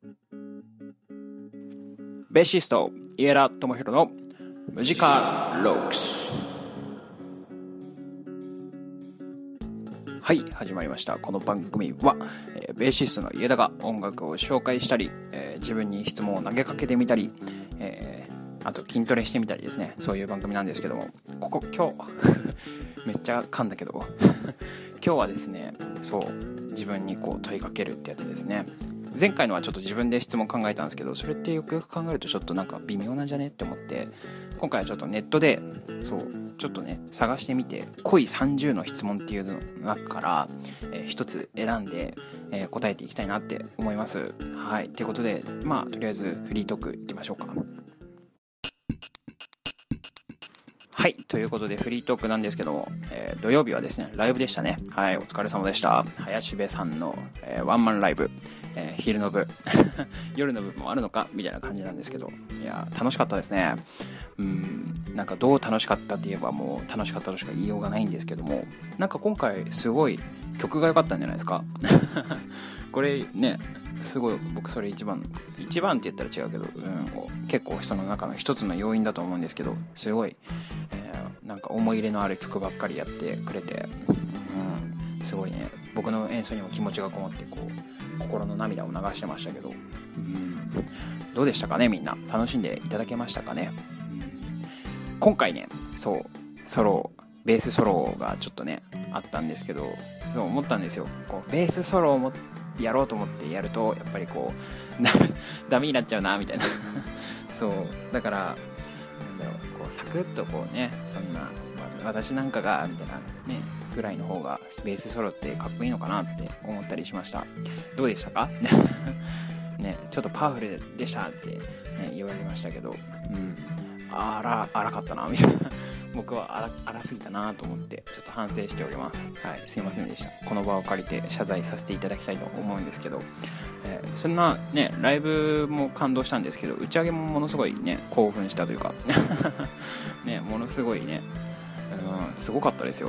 ベーシスト家田智弘のムジカロックス。はい、始まりました。この番組は、ベーシストの家田が音楽を紹介したり、自分に質問を投げかけてみたり、あと筋トレしてみたりですね、そういう番組なんですけども、今日めっちゃ噛んだけど今日はですね、そう自分にこう問いかけるってやつですね。前回のはちょっと自分で質問考えたんですけど、それってよくよく考えるとちょっとなんか微妙なんじゃねって思って、今回はちょっとネットでそうちょっとね探してみて、濃い30の質問っていうの中から、一つ選んで、答えていきたいなって思います。はい、ということでとりあえずフリートークいきましょうか。はい、ということでフリートークなんですけども、土曜日はですねライブでしたね。はい、お疲れ様でした。林部さんの、ワンマンライブ、昼の部夜の部もあるのかみたいな感じなんですけど、いや楽しかったですね。なんかどう楽しかったって言えばもう楽しかったとしか言いようがないんですけども、なんか今回すごい曲が良かったんじゃないですかこれねすごい僕それ一番って言ったら違うけど、結構その中の一つの要因だと思うんですけど、すごい、なんか思い入れのある曲ばっかりやってくれて、すごいね僕の演奏にも気持ちがこもってこう心の涙を流してましたけど、どうでしたかね。みんな楽しんでいただけましたかね。今回ねそうベースソロがちょっとねあったんですけど、そう思ったんですよ。こうベースソロをやろうと思ってやるとやっぱりこうダメになっちゃうなみたいなそうだからなんだろう、こうサクッとこうね、そんな私なんかがみたいなねぐらいの方がベースソロってかっこいいのかなって思ったりしました。どうでしたかね、ちょっとパワフルでしたって、ね、言われましたけど、荒かったなみたいな僕は荒すぎたなと思ってちょっと反省しております。はい、すいませんでした。この場を借りて謝罪させていただきたいと思うんですけど、そんなねライブも感動したんですけど、打ち上げもものすごいね興奮したというかね、ものすごいね、すごかったですよ。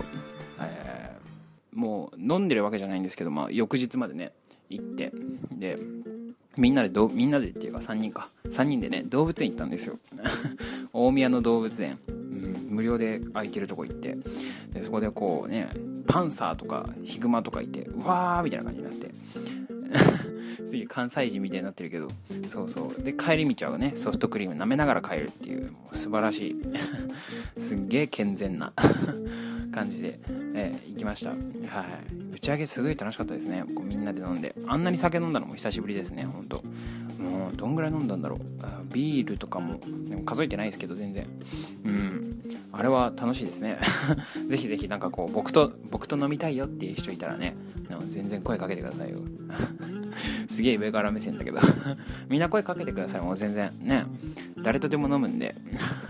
もう飲んでるわけじゃないんですけど、翌日までね行って、でみんなでっていうか3人でね動物園行ったんですよ大宮の動物園、無料で空いてるとこ行って、でそこでこうねパンサーとかヒグマとかいて、うわーみたいな感じになって次関西人みたいになってるけど、そうで帰り道はねソフトクリーム舐めながら帰るっていう、もう素晴らしいすっげー健全な感じで、行きました。はい、打ち上げすごい楽しかったですね。こうみんなで飲んで、あんなに酒飲んだのも久しぶりですね。本当もうどんぐらい飲んだんだろう。ビールとかもでも数えてないですけど全然、あれは楽しいですねぜひぜひなんかこう僕と飲みたいよっていう人いたらね、全然声かけてくださいよすげえ上から目線だけどみんな声かけてください。もう全然ね誰とでも飲むんで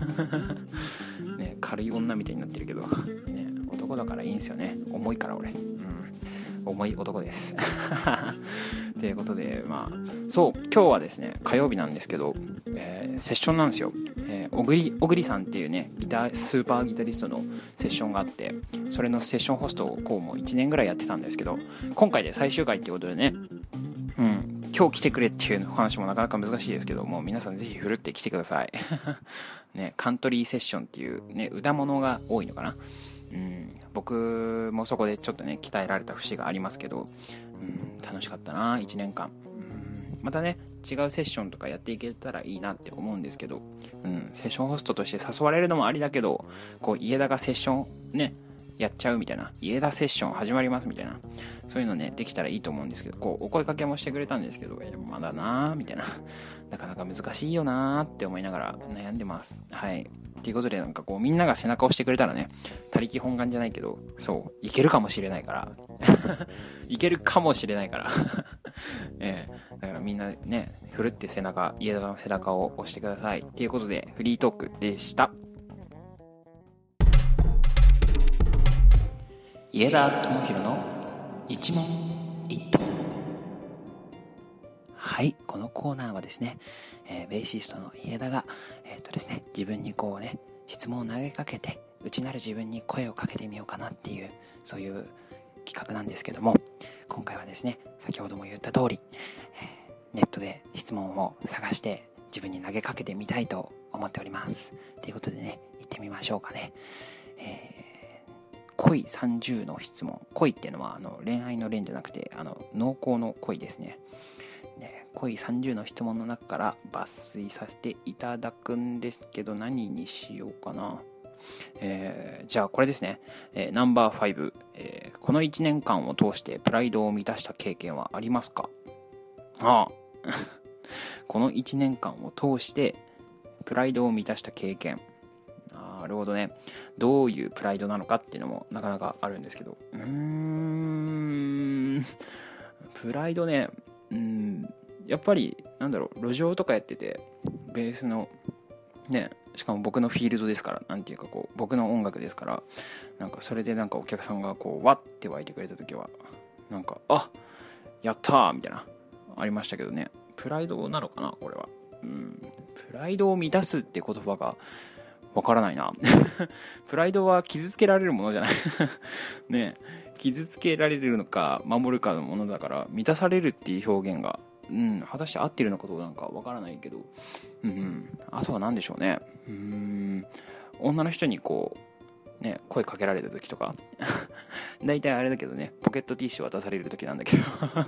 ね、軽い女みたいになってるけど、ね、男だからいいんですよね。重いから俺、重い男ですということでそう今日はですね火曜日なんですけど、セッションなんですよ。小栗さんっていうねスーパーギタリストのセッションがあって、それのセッションホストをこうもう1年ぐらいやってたんですけど、今回で最終回っていうことでね、今日来てくれっていう話もなかなか難しいですけども、皆さんぜひふるって来てくださいね、カントリーセッションっていうね歌物が多いのかな。僕もそこでちょっとね鍛えられた節がありますけど、楽しかったな1年間。またね違うセッションとかやっていけたらいいなって思うんですけど、セッションホストとして誘われるのもありだけど、こう家田がセッションねやっちゃうみたいな、家田セッション始まりますみたいな、そういうのねできたらいいと思うんですけど、こうお声かけもしてくれたんですけど、まだなーみたいな、なかなか難しいよなーって思いながら悩んでます。はいということで、なんかこうみんなが背中を押してくれたらね、他力本願じゃないけど、そういけるかもしれないからいけるかもしれないからだからみんなねふるって家田の背中を押してくださいということで、フリートークでした。家田智弘の一問一答。はい、このコーナーはですね、ベーシストの家田がですね自分にこうね質問を投げかけて、内なる自分に声をかけてみようかなっていう、そういう企画なんですけども、今回はですね先ほども言った通り、 ネットで質問を探して自分に投げかけてみたいと思っております。ということでね、行ってみましょうかね。恋30の質問。恋っていうのは恋愛の恋じゃなくて濃厚の恋ですね。恋30の質問の中から抜粋させていただくんですけど、何にしようかな。じゃあこれですね。ナンバー5、この1年間を通してプライドを満たした経験はありますか？この1年間を通してプライドを満たした経験。なるほどね。どういうプライドなのかっていうのもなかなかあるんですけど、プライドね、やっぱり路上とかやってて、ベースのね、しかも僕のフィールドですから、なんていうか僕の音楽ですから、それでお客さんがわって湧いてくれた時はやったーみたいなありましたけどね。プライドなのかなこれは。プライドを満たすって言葉がわからないな。プライドは傷つけられるものじゃないね。傷つけられるのか守るかのものだから、満たされるっていう表現が果たして合ってるのかどうなのかわからないけど、あとは何でしょうね。女の人に声かけられた時とか大体あれだけどね、ポケットティッシュ渡される時なんだけど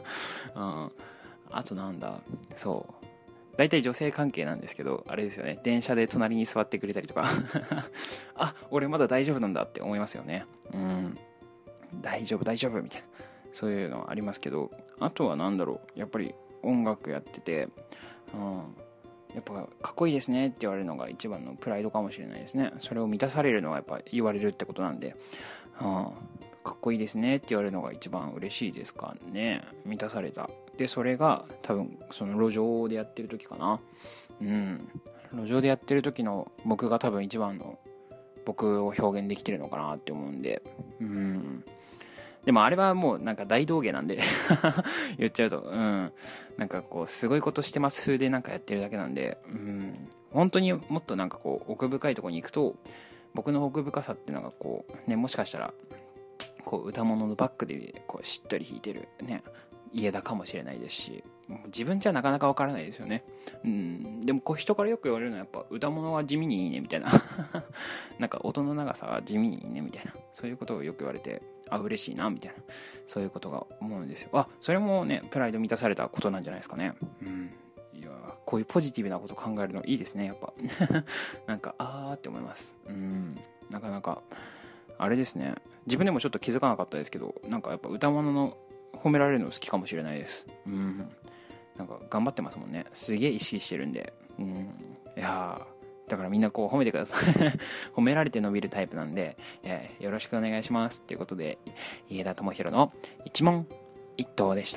あとそう大体女性関係なんですけど、あれですよね、電車で隣に座ってくれたりとか俺まだ大丈夫なんだって思いますよね。大丈夫みたいな、そういうのありますけど、あとはやっぱり音楽やってて、やっぱかっこいいですねって言われるのが一番のプライドかもしれないですね。それを満たされるのはやっぱ言われるってことなんで、かっこいいですねって言われるのが一番嬉しいですかね。満たされた。でそれが多分その路上でやってる時かな。路上でやってる時の僕が多分一番の僕を表現できてるのかなって思うんで、でもあれはもう大道芸なんで言っちゃうと、すごいことしてます風でやってるだけなんで、本当にもっと奥深いところに行くと、僕の奥深さっていうのがもしかしたら歌物のバックでしっとり弾いてるね家田かもしれないですし、自分じゃなかなかわからないですよね。でも人からよく言われるのはやっぱ歌物は地味にいいねみたいな音の長さは地味にいいねみたいな、そういうことをよく言われて、嬉しいなみたいな、そういうことが思うんですよ。それもねプライド満たされたことなんじゃないですかね。いやこういうポジティブなこと考えるのいいですねやっぱって思います。なかなかあれですね、自分でもちょっと気づかなかったですけど、やっぱ歌物の褒められるの好きかもしれないです。頑張ってますもんね。すげえ意識してるんで。いやだからみんな褒めてください褒められて伸びるタイプなんで、よろしくお願いしますっていうことで、家田智弘の一問一答でした。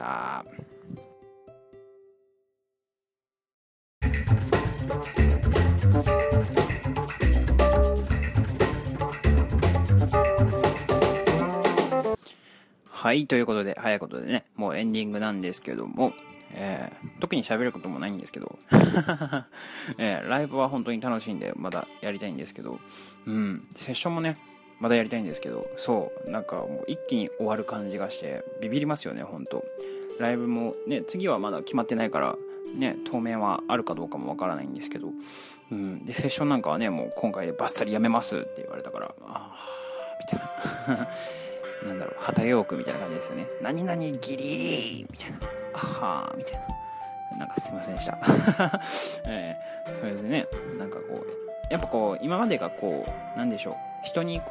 はい、ということで早いことでね、もうエンディングなんですけども、特に喋ることもないんですけど、ライブは本当に楽しいんでまだやりたいんですけど、セッションもねまだやりたいんですけど、そうもう一気に終わる感じがしてビビりますよね本当。ライブもね次はまだ決まってないからね、当面はあるかどうかもわからないんですけど、でセッションなんかはねもう今回でバッサリやめますって言われたから、みたいな旗ヨークみたいな感じですよね。何々ギリーみたいな、みたいな、すいませんでしたそれでねやっぱ今までがなんでしょう、人に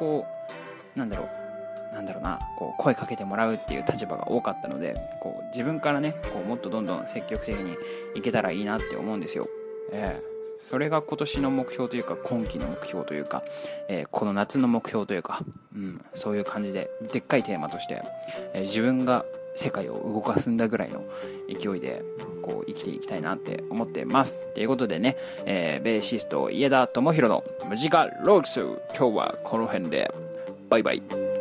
声かけてもらうっていう立場が多かったので、自分からねもっとどんどん積極的にいけたらいいなって思うんですよ。それが今年の目標というか今期の目標というか、この夏の目標というか、そういう感じででっかいテーマとして、自分が世界を動かすんだぐらいの勢いで生きていきたいなって思ってますということでね、ベーシスト家田智弘のムジカロークス、今日はこの辺でバイバイ。